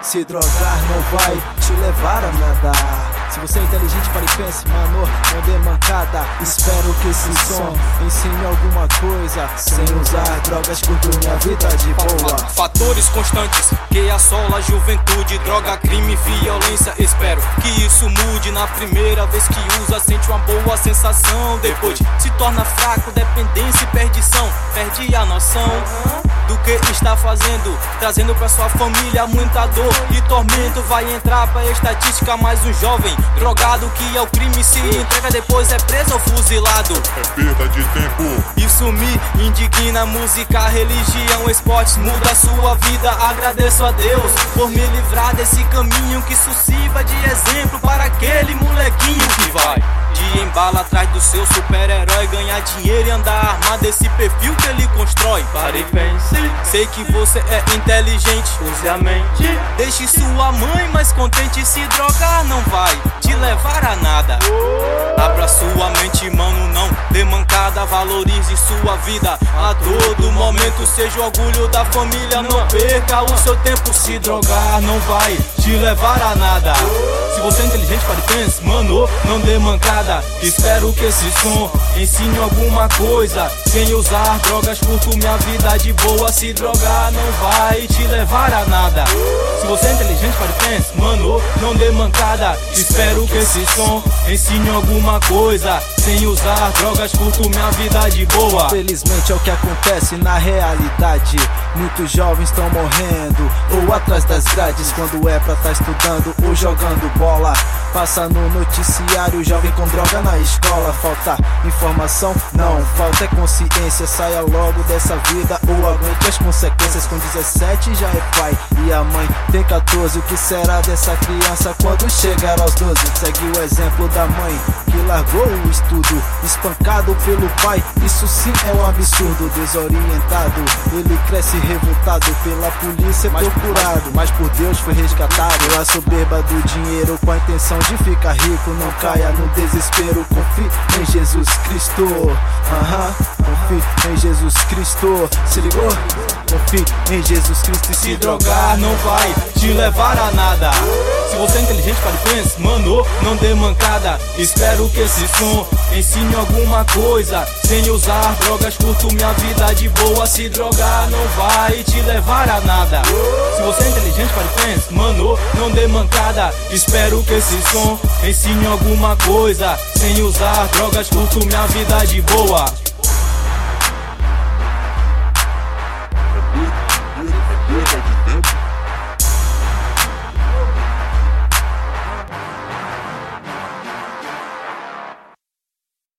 Se drogar não vai te levar a nada. Se você é inteligente, pare e pense, mano, não dê mancada. Espero que esse som ensine alguma coisa. Sem usar drogas, curto minha vida de boa. Fatores constantes que assola a juventude: droga, crime, violência. Espero que isso mude. Na primeira vez que usa, sente uma boa sensação. Depois se torna fraco, dependência e perdição. Perde a noção do que está fazendo, trazendo pra sua família muita dor e tormento. Vai entrar pra estatística mais um jovem drogado que ao crime se entrega, depois é preso ou fuzilado. É perda de tempo. Isso me indigna. Música, religião, esportes muda a sua vida. Agradeço a Deus por me livrar desse caminho, que isso sirva de exemplo para aquele molequinho que vai de embala atrás do seu super-herói, ganhar dinheiro e andar armado, esse perfil que ele constrói. Pare e pense, sei que você é inteligente, use a mente. Deixe sua mãe mais contente, se drogar não vai te levar a nada. Abra sua mente, mano, não dê mancada. Valorize sua vida a todo momento, seja o orgulho da família, não perca o seu tempo. Se drogar não vai te levar a nada. Se você é inteligente, pare e pense, mano, não dê mancada. Espero que esse som ensine alguma coisa. Sem usar drogas, curto minha vida de boa. Se drogar não vai te levar a nada. Se você é inteligente, pare e pense, mano, não dê mancada. Espero que esse som ensine alguma coisa. Sem usar drogas, curto minha vida de boa. Felizmente é o que acontece na realidade. Muitos jovens estão morrendo ou atrás das grades, quando é pra tá estudando ou jogando bola. Passa no noticiário, jovem com droga na escola. Falta informação? Não, falta é consciência. Saia logo dessa vida ou aguente as consequências. Com 17 já é pai e a mãe tem 14. O que será dessa criança quando chegar aos 12? Segue o exemplo da mãe que largou o estudo, espancado pelo pai. Isso sim é um absurdo. Desorientado, ele cresce revoltado, pela polícia procurado, mas por Deus foi resgatado. Pela soberba do dinheiro, com a intenção de ficar rico, não caia no desespero. Confie em Jesus Cristo. Confie em Jesus Cristo. Se ligou? Confie em Jesus Cristo. E se drogar não vai te levar a nada. Se você é inteligente, pare e pense, mano, não dê mancada. Espero que esse som ensine alguma coisa. Sem usar drogas, curto minha vida de boa. Se drogar não vai te levar a nada. Se você é inteligente, pare e pense, mano, não dê mancada. Espero que esse som ensine alguma coisa. Sem usar drogas, curto minha vida de boa.